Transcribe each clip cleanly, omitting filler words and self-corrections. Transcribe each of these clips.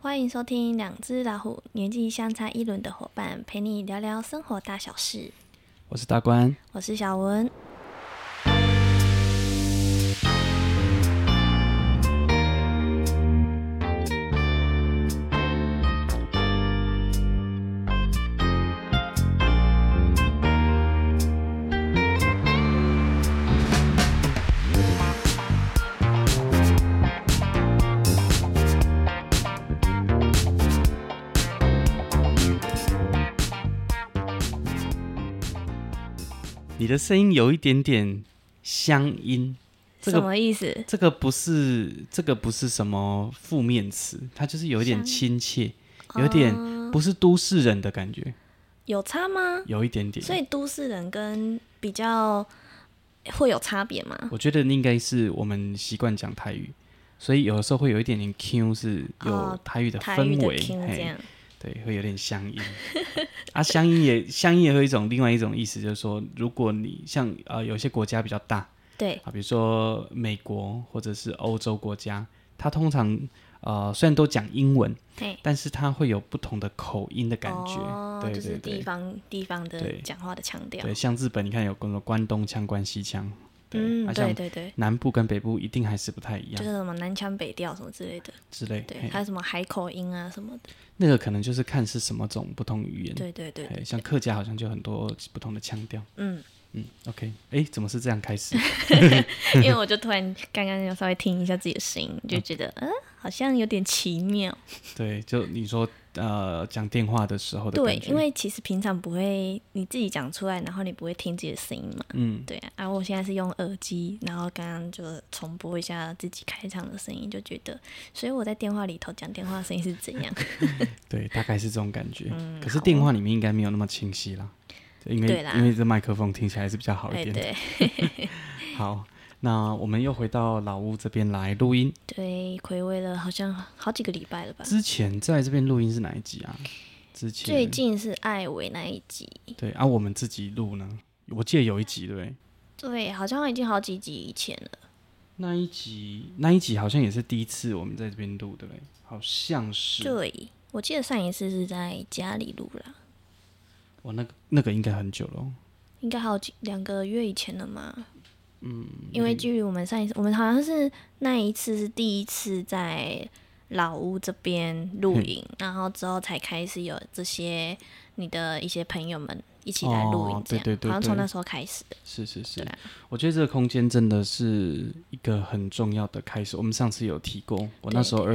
欢迎收听两只老虎，年纪相差一轮的伙伴，陪你聊聊生活大小事。 我是大官， 我是小文。 你的声音有一点点乡音， 什么意思？ 这个不是什么负面词，它就是有一点亲切，有点不是都市人的感觉。 有差吗？ 有一点点。 所以都市人跟比较会有差别吗？ 我觉得应该是我们习惯讲台语，所以有的时候会有一点点 Q 是有台语的氛围， 这样。 对，会有点乡音啊，乡音也会有另外一种意思，就是说，如果你像有些国家比较大， 对啊，比如说美国或者是欧洲国家，它通常虽然都讲英文，但是它会有不同的口音的感觉，对， 就是地方的讲话的腔调。 对，像日本，你看有关东腔、关西腔。 对， 南部跟北部一定还是不太一样， 就是什么南腔北调什么之类的对，还有什么海口音啊什么的， 那个可能就是看是什么种不同语言， 对， 像客家好像就很多不同的腔调。OK， 怎么是这样开始？ 因为我就突然刚刚有稍微听一下自己的声音，就觉得好像有点奇妙。 对，就你说讲电话的时候的感觉。 对，因为其实平常不会你自己讲出来，然后你不会听自己的声音嘛。对啊。然后我现在是用耳机，然后刚刚就重播一下自己开场的声音，就觉得，所以我在电话里头讲电话的声音是怎样？ 对，大概是这种感觉。可是电话里面应该没有那么清晰啦。因为这麦克风听起来是比较好一点。 对。 好，那我们又回到老屋这边来录音。 对，睽违了好像好几个礼拜了吧。 之前在这边录音是哪一集啊？ 最近是艾薇那一集。 对啊，我们自己录呢，我记得有一集，对不对？ 对，好像已经好几集以前了。 那一集好像也是第一次我们在这边录，对不对？好像是。 对，我记得上一次是在家里录啦。 哇，那个应该很久了， 应该好2个月以前了嘛。因为距离我们上一次，我们好像是那一次是第一次在老屋这边录影，然后之后才开始有这些你的一些朋友们一起来录影，这样。 对， 好像从那时候开始的。 是。我觉得这个空间真的是一个很重要的开始。我们上次有提过，我那时候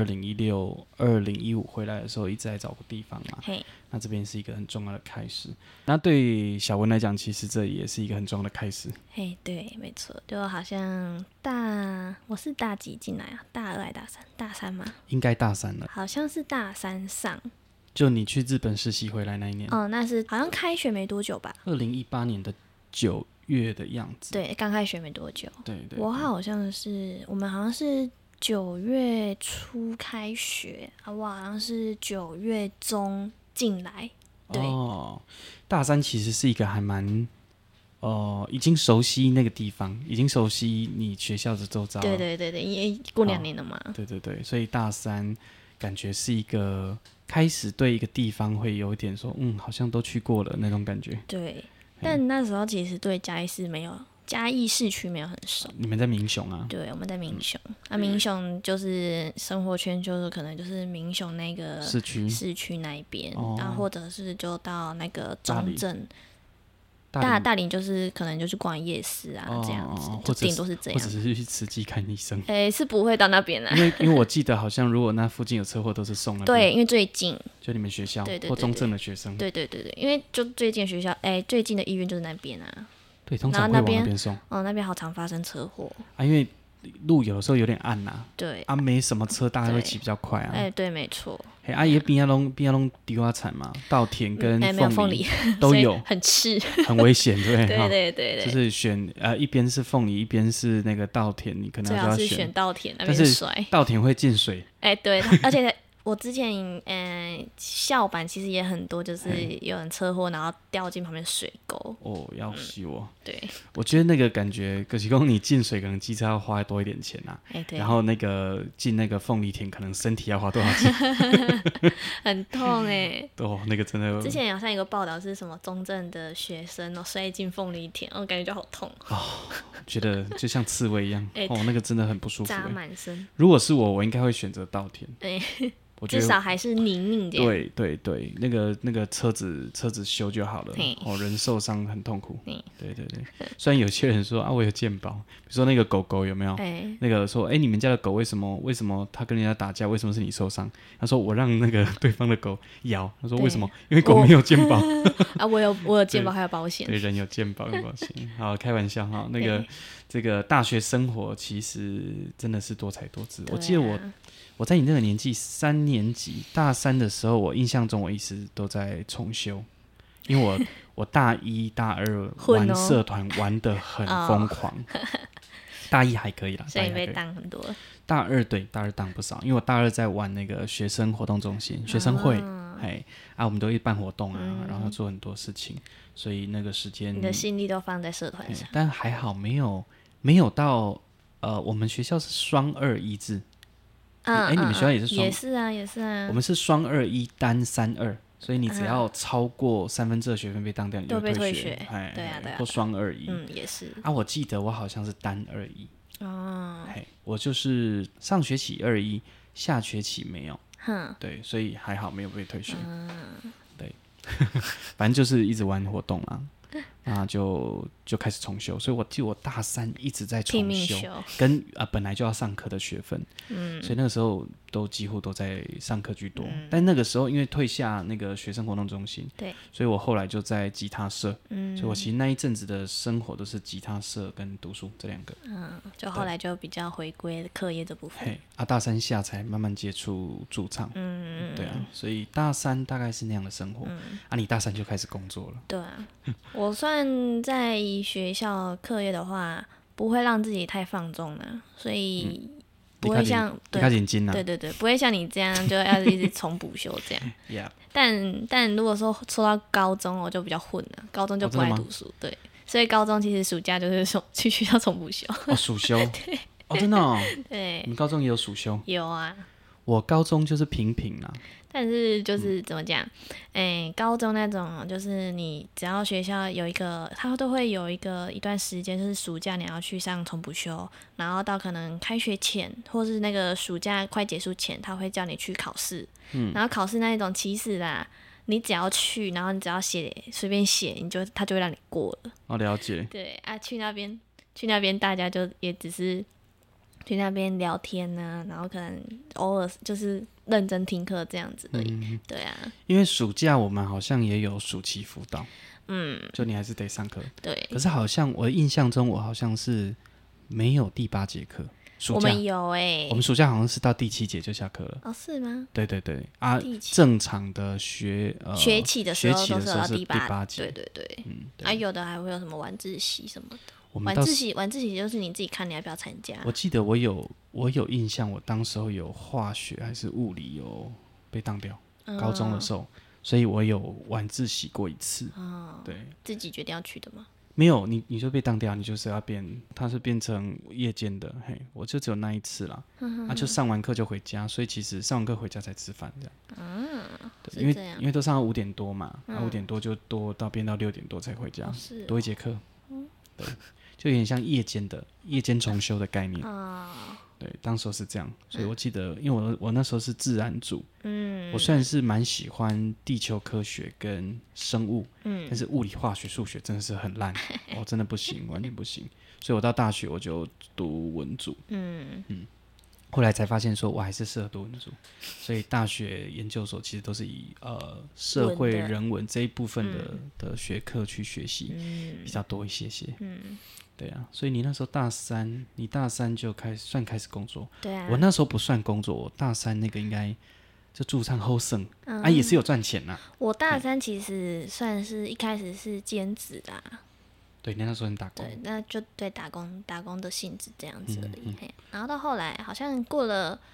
2016、2015回来的时候一直在找个地方嘛。那这边是一个很重要的开始。那对小文来讲，其实这也是一个很重要的开始。 对，没错，就好像我是大几进来啊？大2还是大3？大3吗？ 应该大3了。 好像是大3上。 就你去日本实习回来那一年。 那是好像开学没多久吧 ？2018年的9月的样子。 对，刚开学没多久。 对。 我们好像是9月初开学啊，我好像是9月中进来。对。 大3其实是一个还蛮已经熟悉那个地方，已经熟悉你学校的周遭了。 对，因为过2年了嘛。 对，所以大3感觉是一个开始对一个地方会有一点说，好像都去过了那种感觉。 对，但那时候其实对嘉义市区没有很熟。 你们在民雄啊？ 对，我们在民雄。民雄就是生活圈，就是可能就是民雄那个市区那一边，然后或者是就到那个中正。大林就是可能就是逛夜市啊，这样子，就顶多是这样， 或者是去慈济看医生。 是不会到那边啦。 因为我记得好像如果那附近有车祸，都是送那边。 对，因为最近就你们学校或中正的学生。 对，因为就最近学校，最近的医院就是那边啊。 对，通常会往那边送。 那边好常发生车祸啊，因为路有的时候有点暗啊。 对啊，没什么车，大家会骑比较快啊。 对，没错。 伊边仔拢丢啊产嘛，稻田跟凤梨都有， 很赤， 很危险，对。 对， 就是选一边是凤梨，一边是那个稻田，你可能就要选稻田那边甩， 但是稻田会进水。 对，而且我之前校版其实也很多，就是有人车祸然后掉进旁边水沟。 哦，要死我！ 对， 我觉得那个感觉，可是讲你进水可能机车要花多一点钱啊， 对， 然后那个进那个凤梨田可能身体要花多少钱？ 很痛哦，那个真的。 之前好像有个报道是什么中正的学生摔进凤梨田，感觉就好痛。 觉得就像刺猬一样，那个真的很不舒服。 扎满身。 如果是我应该会选择稻田。 至少还是泥泞的。 对对对，那个车子修就好了。人受伤很痛苦。对对对，虽然有些人说我有健保，比如说那个狗狗有没有？那个说你们家的狗为什么它跟人家打架？为什么是你受伤？他说我让那个对方的狗咬。他说为什么？因为狗没有健保。 我有健保还有保险。 对，人有健保有保险。好，开玩笑哈。那个这个大学生活其实真的是多彩多姿。我记得我在你那个年纪3年级大3的时候，我印象中我一直都在重修，因为我大1大2玩社团玩得很疯狂。大1还可以啦， 所以被当很多。 大2当不少，因为我大2在玩那个学生活动中心学生会，我们都会办活动啊，然后做很多事情，所以那个时间你的心力都放在社团上。 但还好没有到我们学校是双2-1制。你们学校也是双？ 也是啊。 我们是双2-1单3-2，所以你只要超过3/4的学分被当掉，你就被退学。 对啊。 或双2-1。 也是。 我记得我好像是单2-1。我就是上学期2-1，下学期没有。对，所以还好没有被退学。对，反正就是一直玩活动啊。那就开始重修，所以我记得我大3一直在重修，跟本来就要上课的学分，所以那个时候都几乎都在上课居多。但那个时候因为退下那个学生活动中心， 对， 所以我后来就在吉他社，所以我其实那一阵子的生活都是吉他社跟读书这2个。 就后来就比较回归课业这部分。 大3下才慢慢接触驻唱。对啊，所以大3大概是那样的生活。你大3就开始工作了。 对啊，我算在学校课业的话，不会让自己太放纵了，所以不会像对对对，不会像你这样就要一直重补修这样。但如果说到高中，我就比较混了，高中就不爱读书。对，所以高中其实暑假就是去学校重补修。 暑修。 对。 真的哦。 对。 你们高中也有暑修？ 有啊。 我高中就是平啦。 但是就是怎么讲，高中那种就是你只要学校有一个，他都会有一段时间，就是暑假你要去上重补修，然后到可能开学前或是那个暑假快结束前，他会叫你去考试。然后考试那一种其实啦，你只要去，然后你只要随便写，他就会让你过了。 了解。 对啊，去那边大家就也只是去那边聊天啊，然后可能偶尔就是认真听课这样子而已。对啊， 因为暑假我们好像也有暑期辅导。就你还是得上课。 对。 可是好像我印象中，我好像是没有第8节课。 我们有我们暑假好像是到第7节就下课了。 是吗？ 对对对啊，正常的学期的时候都是到第 8节。 对对对。有的还会有什么晚自习什么的。晚自习就是你自己看你要不要参加。 我记得我有印象，我当时候有化学还是物理有被当掉。高中的时候，所以我有晚自习过1次。对。 自己决定要去的吗？ 没有，你就被当掉，你就是要它是变成夜间的。我就只有那1次啦。就上完课就回家，所以其实上完课回家才吃饭这样。对，因为都上到5点多嘛，5点多就变到6点多才回家，多1节课。对，就有点像夜间重修的概念。对，当时候是这样，所以我记得，因为我那时候是自然组。我虽然是蛮喜欢地球科学跟生物，但是物理、化学、数学真的是很烂。真的不行，完全不行。所以我到大学我就读文组。后来才发现说我还是适合读文组，所以大学研究所其实都是以社会人文这一部分的学科去学习比较多一些。对啊，所以你那时候大3就开始工作。 对啊。 我那时候不算工作，我大3那个应该就驻唱后生。也是有赚钱啦。 我大3其实算是一开始是兼职啦。 对，你那时候很打工。 对，那就对打工的性质这样子而已。然后到后来好像过了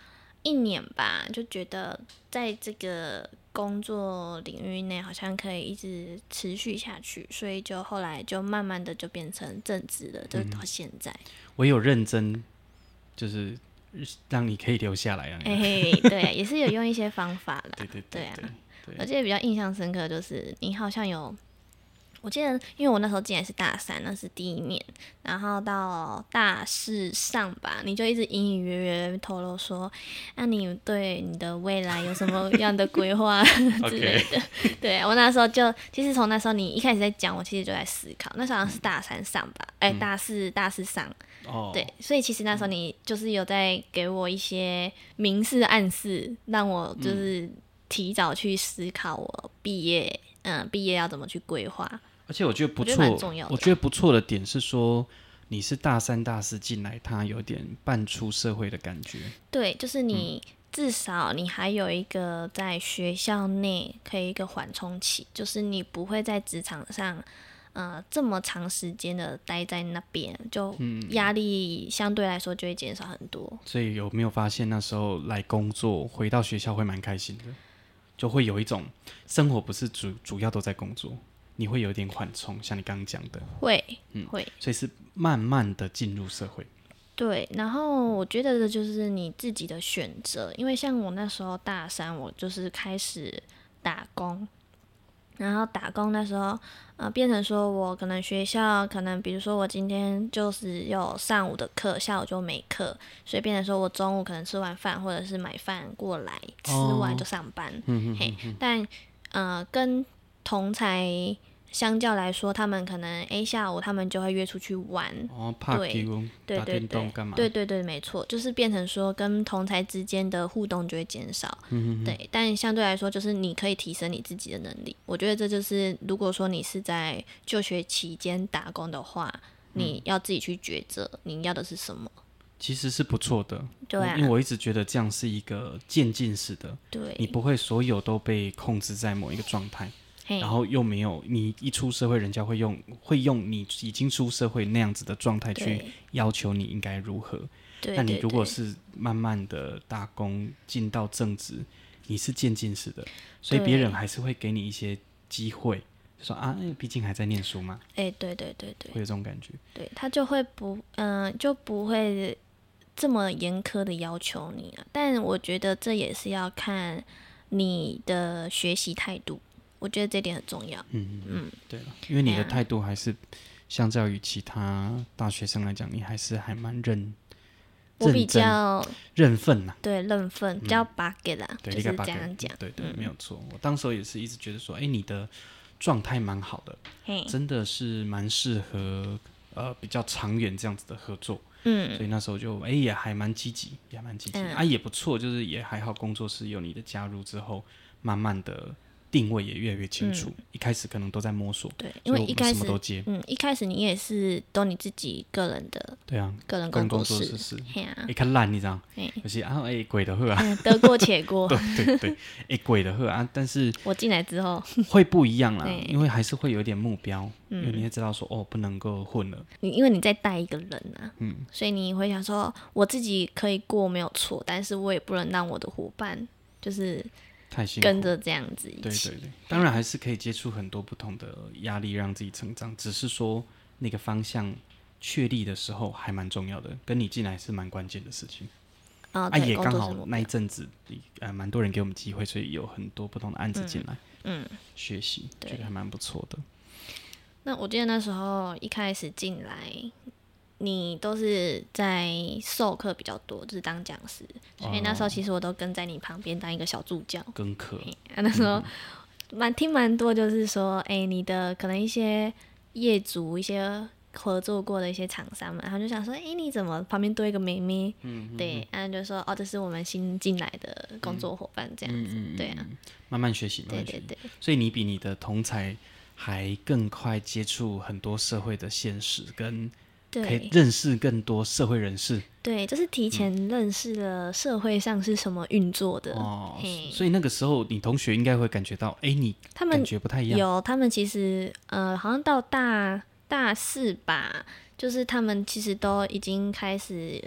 1年吧，就觉得在这个工作领域内好像可以一直持续下去，所以就后来就慢慢的就变成正职了，就到现在。 我有认真，就是让你可以留下来啊。 对啊，也是有用一些方法啦。 对啊。我记得比较印象深刻就是你好像有。我记得，因为我那时候进来是大3，那是第1年，然后到大4上吧，你就一直隐隐约约透露说，你对你的未来有什么样的规划之类的。对，我那时候就，其实从那时候你一开始在讲，我其实就在思考，那时候好像是大3上吧，大4上。对，所以其实那时候你就是有在给我一些明示暗示，让我就是提早去思考我毕业要怎么去规划。 而且我觉得不错，我觉得不错的点是说，你是大3、大4进来，他有点半出社会的感觉。 对，就是你至少你还有一个在学校内可以一个缓冲期，就是你不会在职场上这么长时间的待在那边，就压力相对来说就会减少很多。 所以有没有发现那时候来工作，回到学校会蛮开心的，就会有一种生活不是主要都在工作。你会有点缓冲，像你刚刚讲的， 会， 所以是慢慢的进入社会。 对，然后我觉得这就是你自己的选择，因为像我那时候大3，我就是开始打工，然后打工那时候，变成说我可能学校可能比如说我今天就是有上午的课，下午就没课，所以变成说我中午可能吃完饭或者是买饭过来，吃完就上班。但跟同侪相较来说，他们可能下午他们就会约出去玩， 拍球、打电动干嘛？ 对，没错，就是变成说跟同侪之间的互动就会减少。对，但相对来说，就是你可以提升你自己的能力。我觉得这就是如果说你是在就学期间打工的话，你要自己去抉择你要的是什么。 其实是不错的， 对啊， 因为我一直觉得这样是一个渐进式的， 对， 你不会所有都被控制在某一个状态。然后又没有你一出社会，人家会用你已经出社会那样子的状态去要求你应该如何。那你如果是慢慢的打工进到正职，你是渐进式的，所以别人还是会给你一些机会，说毕竟还在念书嘛。 对，会有这种感觉。 对，他就会就不会这么严苛的要求你啊。但我觉得这也是要看你的学习态度。我觉得这点很重要。 对了，因为你的态度还是相较于其他大学生来讲，你还是还蛮我比较认份啦。 对，认份比较巴给啦，就是这样讲。 对，没有错。我当时也是一直觉得说，你的状态蛮好的，真的是蛮适合比较长远这样子的合作。所以那时候就也还蛮积极，也不错，就是也还好。工作室有你的加入之后，慢慢的定位也越来越清楚。一开始可能都在摸索， 对，因为一开始什么都接。 一开始你也是都你自己个人的， 对啊， 个人工作室， 看烂你知道，就是鬼的喝啊， 得过且过， 对，鬼的喝啊。但是我进来之后会不一样啦，因为还是会有点目标，因为你会知道说不能够混了。 因为你在带一个人啊，所以你会想说，我自己可以过没有错，但是我也不能让我的伙伴就是太辛苦跟着这样子一起。 对，当然还是可以接触很多不同的压力，让自己成长。只是说那个方向确立的时候还蛮重要的，跟你进来是蛮关键的事情。也刚好那一阵子蛮多人给我们机会，所以有很多不同的案子进来，学习，觉得还蛮不错的。 那我记得那时候一开始进来，你都是在授课比较多，就是当讲师，所以那时候其实我都跟在你旁边当一个小助教， 跟课。 那时候听蛮多，就是说，你的可能一些业主、一些合作过的一些厂商们，他就想说，你怎么旁边多一个妹妹？对，然后就说，这是我们新进来的工作伙伴，这样子，对啊， 慢慢学习， 对， 所以你比你的同才还更快接触很多社会的现实，跟可以认识更多社会人士。 对，就是提前认识了社会上是什么运作的。 所以那个时候你同学应该会感觉到，你他们感觉不太一样。 有，他们其实好像到大4吧，就是他们其实都已经开始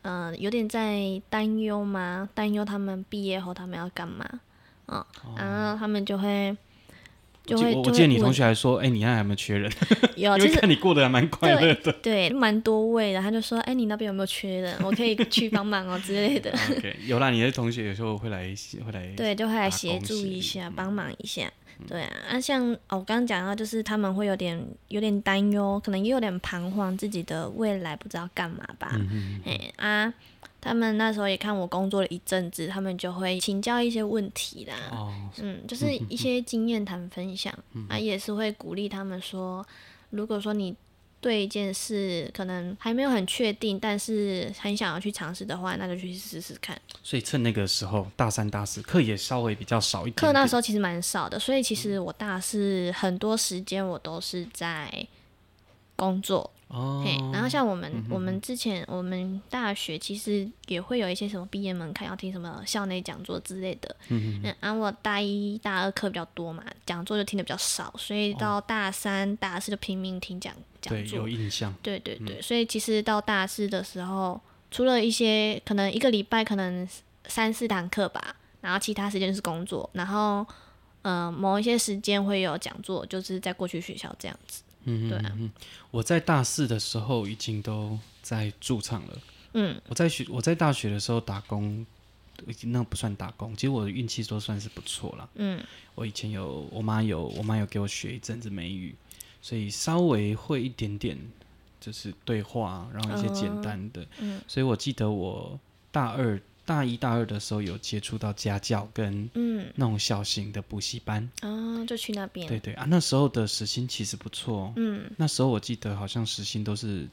有点在担忧嘛，担忧他们毕业后他们要干嘛，然后他们就会我记得你同学还说，你那还有没有缺人？ 有， 因为看你过得还蛮快乐的， 对，蛮多位的。他就说，你那边有没有缺人？我可以去帮忙哦之类的。 OK， 有啦，你的同学有时候会来， 对，就会来协助一下，帮忙一下。对啊，像我刚刚讲到，就是他们会有点担忧，可能也有点彷徨自己的未来，不知道干嘛吧。他们那时候也看我工作了一阵子，他们就会请教一些问题啦。就是一些经验谈分享，也是会鼓励他们说，如果说你对一件事可能还没有很确定，但是很想要去尝试的话，那就去试试看。 所以趁那个时候，大三、大四课也稍微比较少一点点。 课那时候其实蛮少的，所以其实我大四很多时间我都是在工作。然后像我们之前我们大学其实也会有一些什么毕业门槛要听什么校内讲座之类的。我大一大二课比较多嘛，讲座就听的比较少，所以到大三大四就拼命听讲座。 对，有印象。 对，所以其实到大四的时候，除了一些可能一个礼拜可能3-4堂课吧，然后其他时间就是工作，然后某一些时间会有讲座，就是在过去学校这样子。对啊， 我在大四的时候已经都在驻唱了。我在大学的时候打工，那不算打工，其实我的运气都算是不错啦。我以前我妈有给我学一阵子美语，所以稍微会一点点，就是对话，然后一些简单的。所以我记得我大一大二的时候有接触到家教跟那种小型的补习班。 就去那边。 对那时候的时薪其实不错。那时候我记得好像时薪都是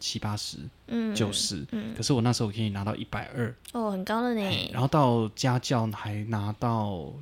70-80、90，可是我那时候可以拿到120。 很高了呢。 然后到家教还拿到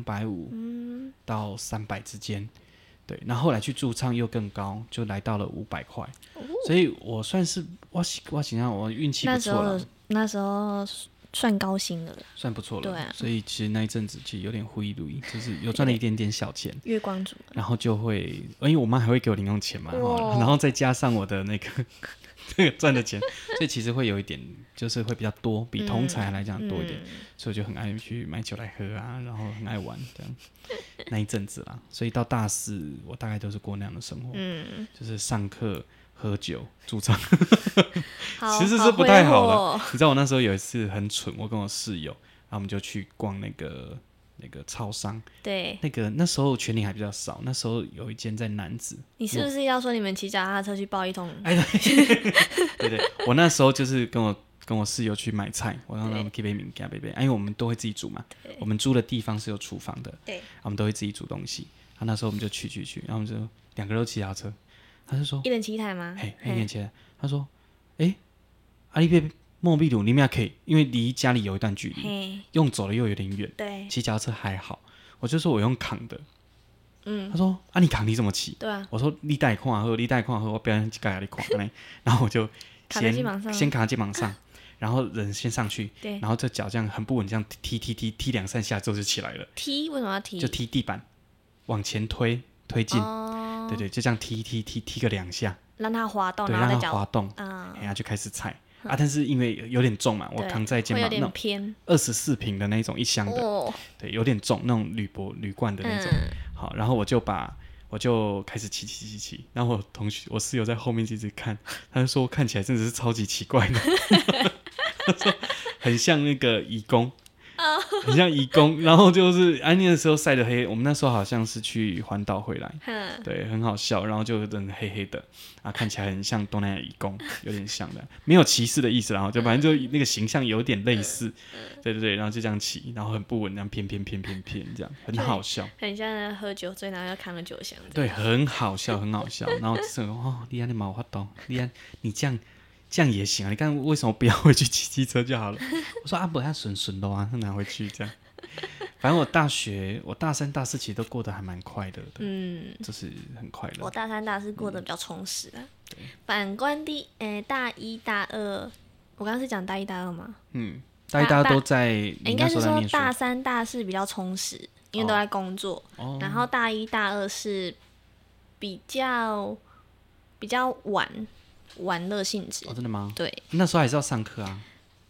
250到300之间。对，然后后来去驻唱又更高，就来到了500块。所以我算是我想想我运气不错了。 那时候算高薪了， 算不错了。 对啊， 所以其实那一阵子其实有点灰绿，就是有赚了一点点小钱， 月光族。 然后就会，因为我妈还会给我零用钱嘛，然后再加上我的那个赚的钱，所以其实会有一点，就是会比较多，比同才来讲多一点，所以我就很爱去买酒来喝啊，然后很爱玩这样。那一阵子啦，所以到大四我大概都是过那样的生活，就是上课。喝酒驻唱其实是不太好了。你知道我那时候有一次很蠢，我跟我室友，然后我们就去逛那个超商。 对， 那时候全联还比较少，那时候有一间在楠子。 你是不是要说你们骑脚踏车去报一通？ 对，我那时候就是跟我室友去买菜，我让他们 keep 杯米给他杯，因为我们都会自己煮嘛。我们租的地方是有厨房的， 对， 我们都会自己煮东西。然后那时候我们就去，然后我们就2个人都骑脚踏车。他就说：“ 一人骑一台吗？” 一人骑。他说：“阿里边莫秘鲁你们也可以，因为离家里有一段距离，用走的又有点远。 对， 骑脚踏车还好。我就说我用扛的。他说：你扛你怎么骑？ 对啊。我说你带看好，我不要去盖你看呢。然后我就先扛在肩膀上，然后人先上去，然后这脚这样很不稳，这样踢2-3下之后就起来了。 踢为什么要踢？ 就踢地板，往前推进。对，就这样踢个2下， 让它滑动， 对， 然后让它滑动，然后就开始踩但是因为有点重嘛，我扛在肩膀， 会有点偏 ，24平的那种一箱的，对，有点重，那种铝罐的那种。好，然后我就开始骑，然后我室友在后面一直看，他就说看起来真的是超级奇怪的，他说很像那个移工。很像移工，然后就是那个时候晒得黑，我们那时候好像是去环岛回来，对，很好笑，然后就人黑黑的，看起来很像东南亚移工，有点像的，没有歧视的意思，然后就反正就那个形象有点类似，对，然后就这样骑，然后很不稳，这样偏这样，很好笑， 很像喝酒醉，然后要扛个酒箱， 对，很好笑，然后就是你安你冇法度，你这样也行啊！你看为什么不要回去骑机车就好了？我说不要顺的啊，拿回去这样。反正我大三大四其实都过得还蛮快乐的，就是很快乐。 我大三大四过得比较充实啊。反观大一大二，我刚刚是讲大一大二吗？ 大一大二都在， 应该是说大三大四比较充实，因为都在工作。然后大一大二是比较玩乐性质。 真的吗？ 对， 那时候还是要上课啊。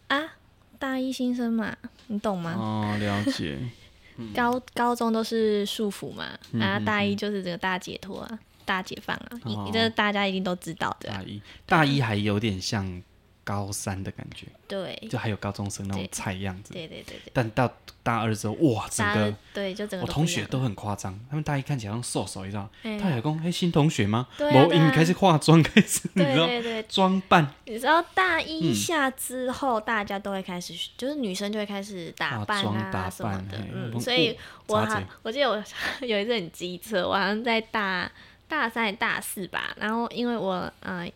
啊，大一新生嘛，你懂吗？ 哦，了解。 高中都是束缚嘛，然后大一就是这个大解脱啊，大解放啊，这大家一定都知道的。 大一还有点像高三的感觉， 对， 就还有高中生那种菜样子。 对。 但到大二之后，哇，整个对，就整个我同学都很夸张，他们大一看起来像瘦手，你知道？他有讲，新同学吗？ 对啊，开始化妆，开始你知道？ 对， 装扮。 你知道大一下之后，大家都会开始，就是女生就会开始打扮啊什么的，所以我记得我有一次很机车，我好像在大三大四吧，然后因为我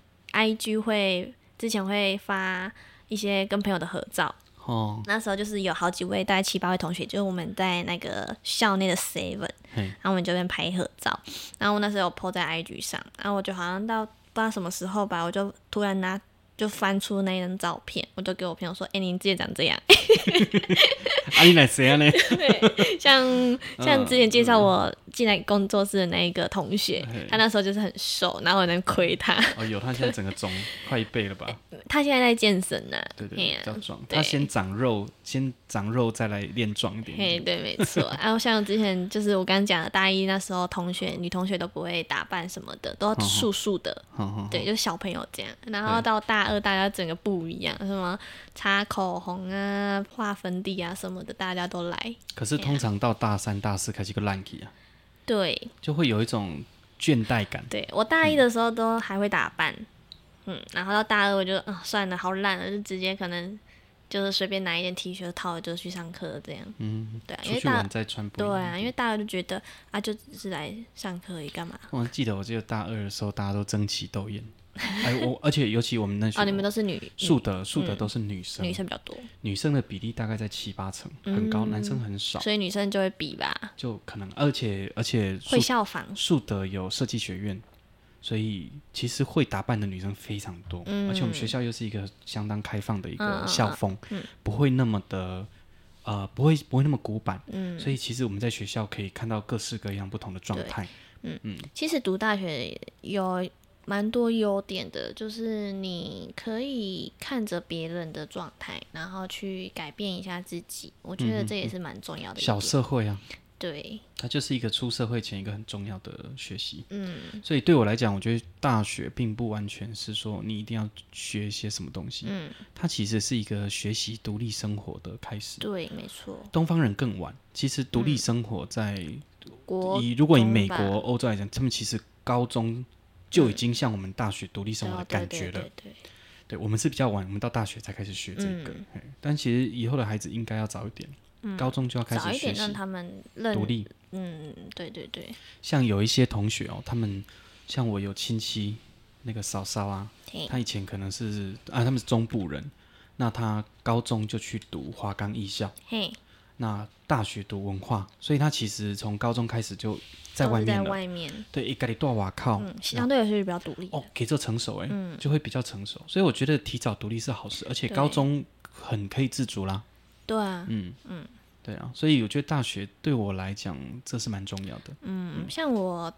IG 之前会发一些跟朋友的合照。那时候就是有好几位，大概7、8位同学，就是我们在那个校内的 7， 然后我们这边拍合照，然后我那时候有 po 在 IG 上，然后我就好像到不知道什么时候吧，我就突然就翻出那张照片，我就给我朋友说：“你自己长这样。” 你来谁啊呢？ 对，像之前介绍我进来工作室的那一个同学，他那时候就是很瘦，然后我能亏他。 有，他现在整个肿快1倍了吧？ 他现在在健身呢。 对，比较壮。他先长肉，再来练壮一点。 对，没错。然后像之前就是我刚刚讲的，大一那时候女同学都不会打扮什么的，都素素的。对，就小朋友这样。然后到大二，大家整个不一样，什么擦口红啊、画粉底啊什么的，大家都来。 可是通常到大3、大4开始个烂起啊。 对， 就会有一种倦怠感。 对，我大一的时候都还会打扮，然后到大二我就算了，好懒了，就直接可能就是随便拿一件 T 恤套就去上课这样。对啊，因为出去玩再穿不一样。 对啊，因为大二就觉得就只是来上课而已，干嘛？ 我记得大二的时候，大家都争奇斗艳。而且尤其我们那学你们都是树德都是女生， 女生比较多， 女生的比例大概在7、8成，很高，男生很少， 所以女生就会比吧， 就可能，而且会效仿。 树德有设计学院，所以其实会打扮的女生非常多，而且我们学校又是一个相当开放的一个校风，不会那么的不会那么古板，所以其实我们在学校可以看到各式各样不同的状态。 其实读大学有蛮多优点的，就是你可以看着别人的状态，然后去改变一下自己。我觉得这也是蛮重要的一点。 小社会啊， 对， 它就是一个出社会前一个很重要的学习。所以对我来讲，我觉得大学并不完全是说你一定要学一些什么东西，它其实是一个学习独立生活的开始。 对，没错。 东方人更晚，其实独立生活在如果以美国、欧洲来讲，他们其实高中就已经像我们大学独立生活的感觉了。对，我们是比较晚，我们到大学才开始学这个。但其实以后的孩子应该要早一点，高中就要开始学习， 早一点让他们独立。 对。 像有一些同学他们像我有亲戚那个嫂嫂啊，他以前可能是他们是中部人，那他高中就去读华冈艺校，那大学读文化，所以他其实从高中开始就在外面了。对，一个人住外口， 相对来说比较独立。 可以做成熟就会比较成熟。所以我觉得提早独立是好事，而且高中很可以自主啦。 对啊， 对啊，所以我觉得大学对我来讲这是蛮重要的。 像我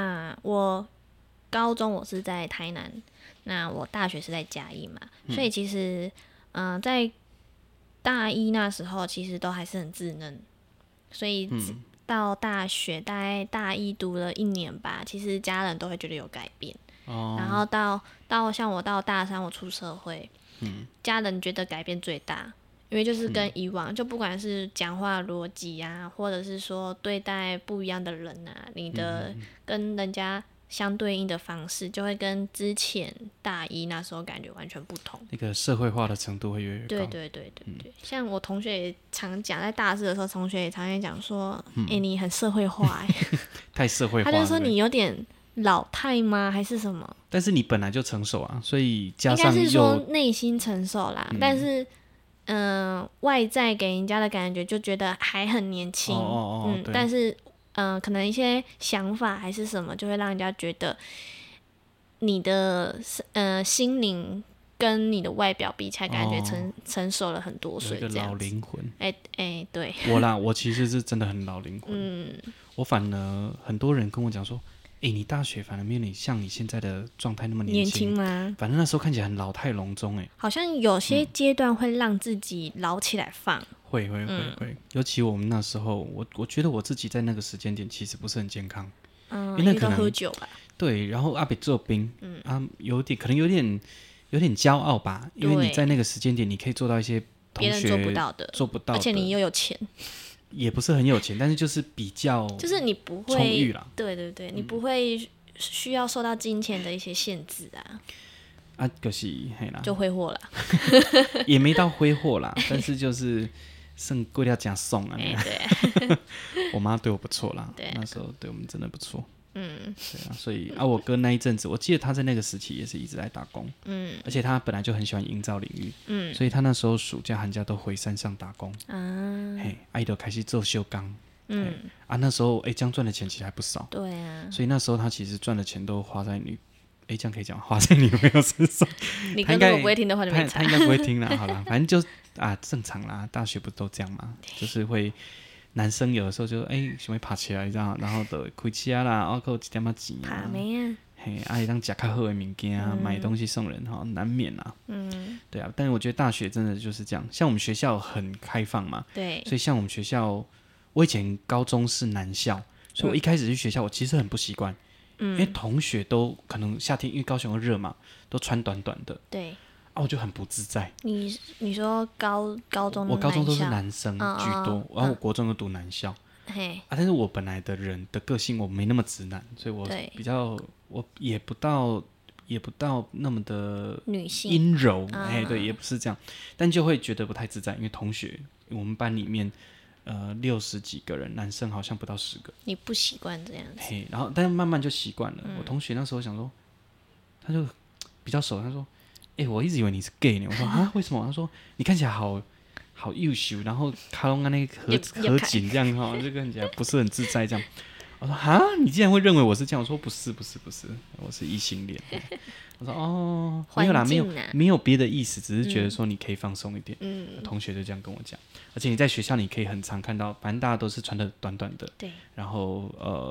高中我是在台南，那我大学是在嘉义嘛，所以其实在大一那时候其实都还是很稚嫩，所以到大学大概大一读了1年吧，其实家人都会觉得有改变。然后到像我到大3我出社会，家人觉得改变最大，因为就是跟以往就不管是讲话逻辑啊，或者是说对待不一样的人啊，你的跟人家相对应的方式就会跟之前大一那时候感觉完全不同， 那个社会化的程度会越来越高。 对，像我同学也常讲，在大4的时候，同学也常讲说，你很社会化太社会化了。 他就说你有点老态吗？还是什么？ 但是你本来就成熟啊，所以加上应该是说内心成熟啦，但是外在给人家的感觉就觉得还很年轻，但是可能一些想法还是什么，就会让人家觉得你的心灵跟你的外表比起来，感觉成熟了很多岁，这样子。有一个老灵魂。 对。 我其实是真的很老灵魂。我反而很多人跟我讲说， 你大学反而没有你像你现在的状态那么年轻吗？ 反正那时候看起来很老态龙钟好像有些阶段会让自己老起来放。 会，尤其我们那时候，我觉得我自己在那个时间点其实不是很健康，因为那可能喝酒吧。 对，然后阿北做兵，可能有点骄傲吧，因为你在那个时间点，你可以做到一些同学别人做不到的，而且你又有钱。 也不是很有钱，但是就是比较就是你不会充裕啦， 对，你不会需要受到金钱的一些限制啊。 就是嘿啦， 就挥霍啦， 也没到挥霍啦，但是就是剩贵要讲送啊。 对， 我妈对我不错啦，那时候对我们真的不错。对啊，所以我哥那一阵子，我记得他在那个时期也是一直在打工，而且他本来就很喜欢营造领域，所以他那时候暑假寒假都回山上打工，伊就开始做修钢，那时候这样赚的钱其实还不少， 对啊， 所以那时候他其实赚的钱都花在这样可以讲花在女朋友身上， 你哥如果不会听的话就没差， 他应该不会听啦，好啦，反正就正常啦，大学不都这样嘛，就是会。男生有的时候就想要爬起来这样，然后就开车啦，还有一点仔钱啊， 爬没啊？ 会当吃较好的物件啊，买东西送人难免啊。对啊，但是我觉得大学真的就是这样，像我们学校很开放嘛， 对， 所以像我们学校，我以前高中是男校，所以我一开始去学校，我其实很不习惯，因为同学都可能夏天因为高雄热嘛，都穿短短的， 对。 我就很不自在。 你说高中我高中都是男生居多，然后我国中又读男校，但是我本来的人的个性我没那么直男，所以我比较我也不到那么的女性阴柔，对，也不是这样，但就会觉得不太自在，因为同学我们班里面60几个人，男生好像不到10个， 你不习惯这样子， 然后但是慢慢就习惯了。我同学那时候想说，他就比较熟，他说。我一直以为你是 gay 呢。我说为什么？他说你看起来好优秀，然后卡拢那个合紧这样就看起来不是很自在这样。我说你竟然会认为我是这样？我说不是，我是异性恋。我说没有啦，没有别的意思，只是觉得说你可以放松一点。同学就这样跟我讲，而且你在学校你可以很常看到，反正大家都是穿的短短的， 对， 然后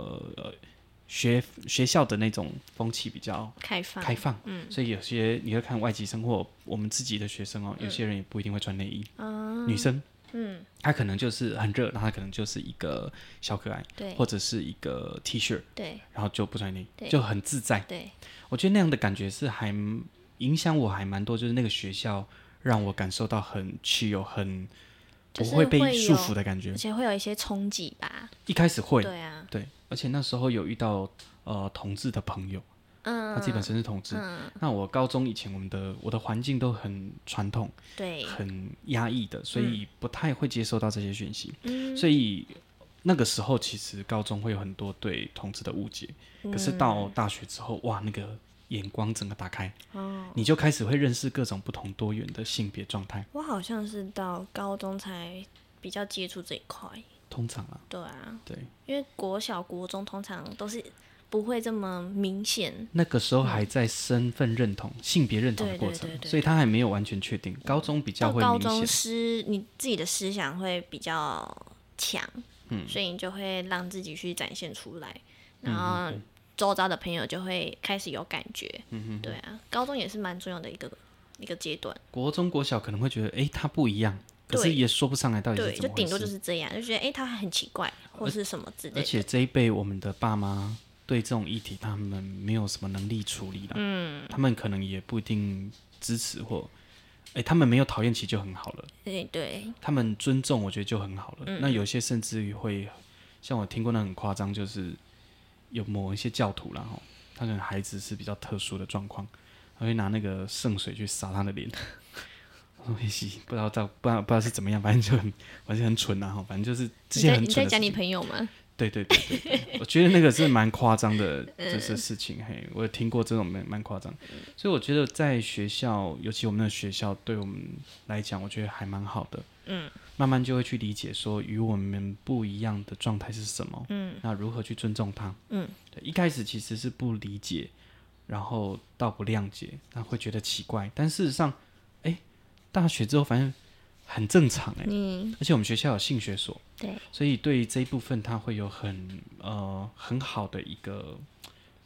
学校的那种风气比较开放，所以有些你会看外籍生或我们自己的学生有些人也不一定会穿内衣，女生，他可能就是很热，然后他可能就是一个小可爱， 对， 或者是一个 T 恤， 对， 然后就不穿内衣，就很自在， 对， 我觉得那样的感觉是还影响我还蛮多，就是那个学校让我感受到很chill很。不会被束缚的感觉， 而且会有一些冲击吧。 一开始会， 对啊， 对，而且那时候有遇到同志的朋友，他自己本身是同志。那我高中以前我的环境都很传统， 对， 很压抑的，所以不太会接收到这些讯息。所以那个时候其实高中会有很多对同志的误解，可是到大学之后，哇，那个。眼光整个打开，你就开始会认识各种不同多元的性别状态。 我好像是到高中才比较接触这一块。 通常对啊， 对， 因为国小、国中通常都是不会这么明显。 那个时候还在身份认同、性别认同的过程，所以他还没有完全确定。高中比较会明显。 高中你自己的思想会比较强，所以你就会让自己去展现出来，然后。周遭的朋友就会开始有感觉，对啊，高中也是蛮重要的一个阶段。 国中、国小可能会觉得，他不一样，可是也说不上来到底是怎么回事。 对，就顶多就是这样，就觉得他很奇怪，或是什么之类的。 而且这一辈我们的爸妈对这种议题，他们没有什么能力处理啦，他们可能也不一定支持或，他们没有讨厌其实就很好了。 对， 他们尊重，我觉得就很好了。那有些甚至于会，像我听过那很夸张，就是。有某一些教徒啦，他可能孩子是比较特殊的状况，他会拿那个圣水去洒他的脸，不知道是怎么样，反正就很蠢啊，反正就是这些很蠢的事情。 你在讲你朋友吗？ 对，我觉得那个是蛮夸张的，就是事情。我有听过这种蛮夸张，所以我觉得在学校，尤其我们的学校，对我们来讲，我觉得还蛮好的。慢慢就会去理解说与我们不一样的状态是什么，那如何去尊重它，对，一开始其实是不理解，然后到不谅解，那会觉得奇怪，但事实上，大学之后反正很正常而且我们学校有性学所， 对， 所以对于这一部分它会有很好的一个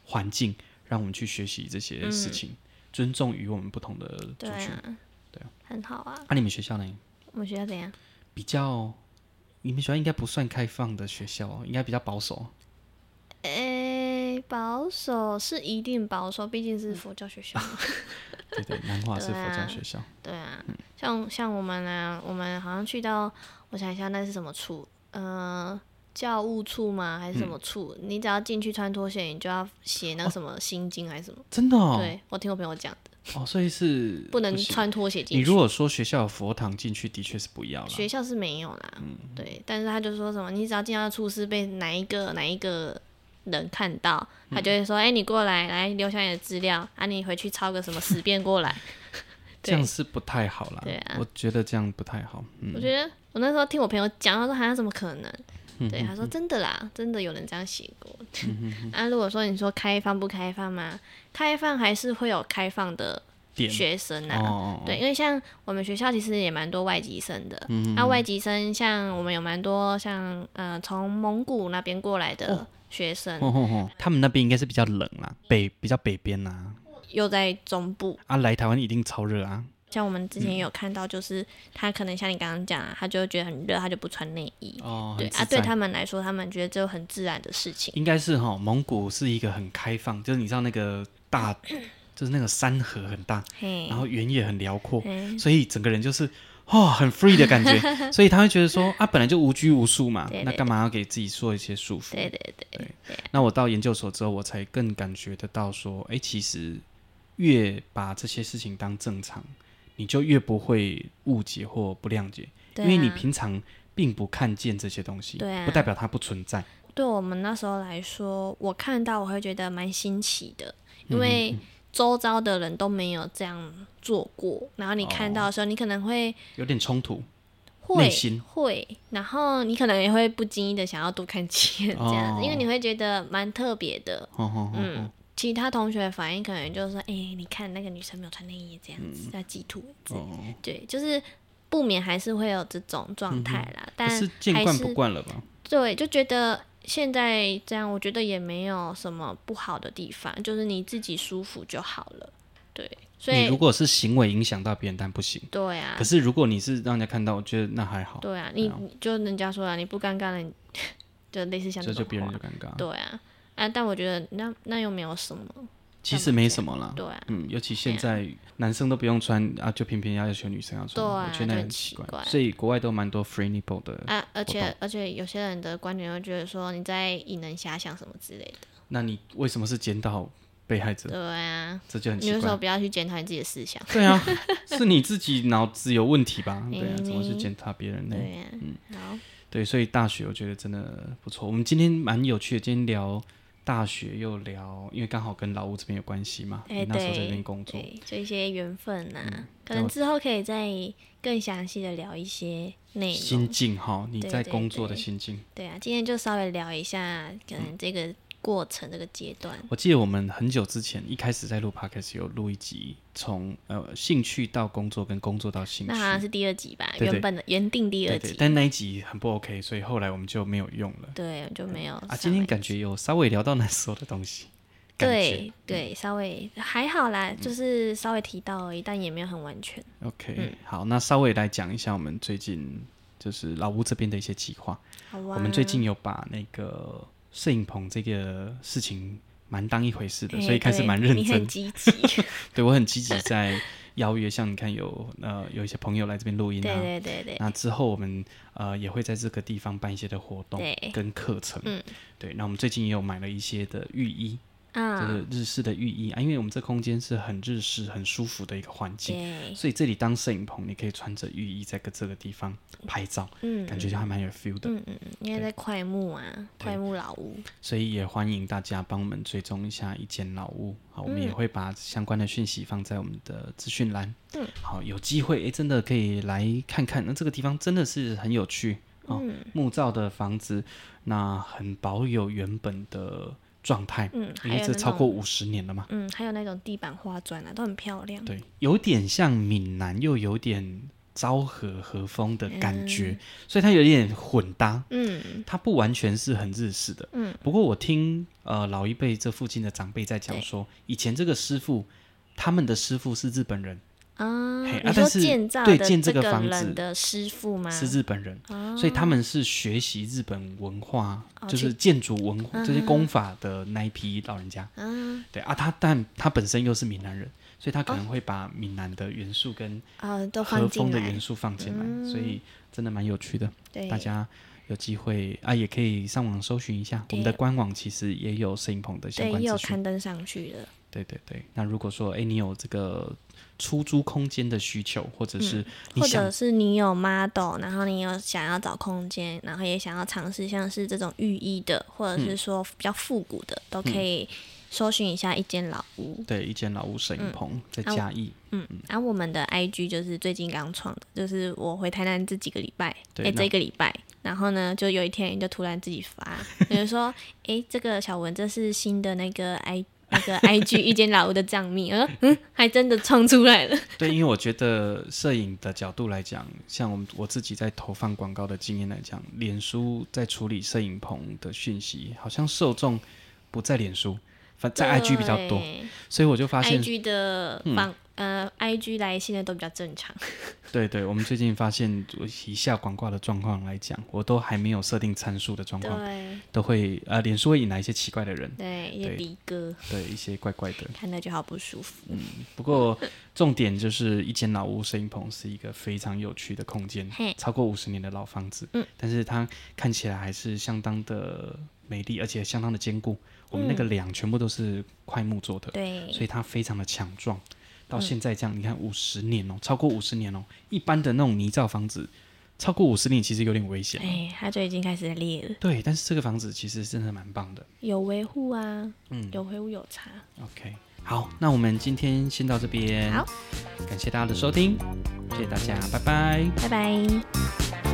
环境，让我们去学习这些事情，尊重于我们不同的族群。对啊， 很好啊。 你们学校呢？ 我们学校怎样？ 你们学校应该不算开放的学校，应该比较保守。 保守是一定保守，毕竟是佛教学校嘛。 对，南华是佛教学校。 对啊，像我们啊，我们好像去到，我想一下那是什么处？教务处吗？还是什么处？你只要进去穿拖鞋，你就要写那个什么心经还是什么？ 真的哦？ 对，我听我朋友讲的。 所以是不能穿拖鞋进去。 你如果说学校有佛堂进去，的确是不要啦。 学校是没有啦，对，但是他就说什么，你只要进到处室被哪一个人看到，他就会说，你过来留下你的资料啊，你回去抄个什么10遍过来。 这样是不太好啦。 对啊， 我觉得这样不太好。 我觉得我那时候听我朋友讲，他说好像怎么可能？对，他说真的啦，真的有人这样写过。如果说你说开放不开放嘛，开放还是会有开放的学生啊。对，因为像我们学校其实也蛮多外籍生的。外籍生像我们有蛮多像从蒙古那边过来的学生。 他们那边应该是比较冷啦，比较北边啦。 又在中部来台湾一定超热啊。 像我们之前也有看到，就是他可能像你刚刚讲，他就觉得很热，他就不穿内衣。对对他们来说，他们觉得这很自然的事情。 应该是蒙古是一个很开放，就是你知道那个大，就是那个山河很大，然后原野很辽阔，所以整个人就是很 free 的感觉，所以他会觉得说本来就无拘无束嘛，那干嘛要给自己做一些束缚？ 对。 那我到研究所之后，我才更感觉得到说，其实越把这些事情当正常，你就越不会误解或不谅解，因为你平常并不看见这些东西，不代表它不存在。 对我们那时候来说，我看到我会觉得蛮新奇的，因为周遭的人都没有这样做过，然后你看到的时候，你可能会有点冲突， 内心会，然后你可能也会不经意的想要多看几眼这样子，因为你会觉得蛮特别的。其他同学的反应可能就是说，你看那个女生没有穿内衣这样子，要记图。对，就是不免还是会有这种状态啦。但是见惯不惯了吧？ 对，就觉得现在这样，我觉得也没有什么不好的地方，就是你自己舒服就好了。对，所以你如果是行为影响到别人，但不行。 对啊。 可是如果你是让人家看到，我觉得那还好。 对啊，你就人家说了，你不尴尬了，就类似像这种话， 就别人就尴尬。 对啊。但我觉得那又没有什么， 其实没什么啦。 对啊， 尤其现在男生都不用穿就偏偏要求女生要穿， 对啊， 我觉得那很奇怪。所以国外都蛮多 free nipple 的而且有些人的观点会觉得说你在引人遐想什么之类的。 那你为什么是检讨被害者？ 对啊， 这就很奇怪。 你为什么不要去检讨你自己的思想？ 对啊，是你自己脑子有问题吧？对啊，怎么去检讨别人呢？ 对啊，好。 对，所以大学我觉得真的不错。我们今天蛮有趣的，今天聊大学又聊，因为刚好跟老屋这边有关系嘛，你那时候在这边工作， 就一些缘分可能之后可以再更详细的聊一些内容。 心境你在工作的心境。 对啊，今天就稍微聊一下，可能这个过程这个阶段。 我记得我们很久之前一开始在录 podcast 有录一集，从兴趣到工作跟工作到兴趣， 那好像是第2集吧， 对原定第2集。 对，但那一集很不 OK， 所以后来我们就没有用了。 对，就没有。 今天感觉有稍微聊到那时候的东西。 对，稍微还好啦，就是稍微提到而已，但也没有很完全。 OK，好，那稍微来讲一下我们最近就是老屋这边的一些计划。 好啊。 我们最近有把那个摄影棚这个事情蛮当一回事的，所以开始蛮认真。 你很积极。 对，我很积极在邀约，像你看有一些朋友来这边录音啊。 对。 那之后我们也会在这个地方办一些的活动跟课程。对，那我们最近也有买了一些的浴衣。就是日式的浴衣因为我们这空间是很日式很舒服的一个环境，所以这里当摄影棚你可以穿着浴衣在这个地方拍照，感觉就还蛮有 feel 的。 因为在快木快木老屋， 所以也欢迎大家帮我们追踪一下一间老屋。好，我们也会把相关的讯息放在我们的资讯栏。好，有机会真的可以来看看，那这个地方真的是很有趣木造的房子，那很保有原本的状态，因为这超过50年了嘛。 还有那种地板花砖都很漂亮。 对，有点像闽南，又有点昭和和风的感觉，所以它有点混搭。它不完全是很日式的。不过我听老一辈这附近的长辈在讲说，以前这个师傅，他们的师傅是日本人。 你说建造的这个人的师傅吗？ 是日本人，所以他们是学习日本文化，就是建筑文化这些功法的那一批老人家。对啊，但他本身又是闽南人，所以他可能会把闽南的元素跟和风的元素放进来，所以真的蛮有趣的。大家有机会也可以上网搜寻一下，我们的官网其实也有摄影棚的相关资讯， 也有刊登上去的。 对，那如果说你有这个出租空间的需求，或者是你有 model， 然后你有想要找空间，然后也想要尝试像是这种寓意的，或者是说比较复古的，都可以搜寻一下一间老屋。 对，一间老屋摄影棚在嘉义。 我们的 IG 就是最近刚创的，就是我回台南这几个礼拜，这个礼拜，然后呢，就有一天就突然自己发，就是说，这个小文这是新的那个 IG 一间老屋的账密，还真的创出来了。 对，因为我觉得摄影的角度来讲，像我自己在投放广告的经验来讲，脸书在处理摄影棚的讯息，好像受众不在脸书，在 IG 比较多，所以我就发现 IG 的IG 来信的都比较正常。 对，我们最近发现以下广告的状况来讲，我都还没有设定参数的状况，都会脸书会引来一些奇怪的人， 一些逼哥， 一些怪怪的， 看着就好不舒服。 不过重点就是一间老屋摄影棚是一个非常有趣的空间，超过50年的老房子，但是它看起来还是相当的美丽，而且相当的坚固。我们那个梁全部都是块木做的，所以它非常的强壮。到现在这样，你看50年超过50年一般的那种泥造房子，超过50年其实有点危险。 它就已经开始裂了。 对，但是这个房子其实真的蛮棒的， 有维护啊，有维护有差。 OK， 好，那我们今天先到这边，好，感谢大家的收听，谢谢大家，拜拜， 拜拜。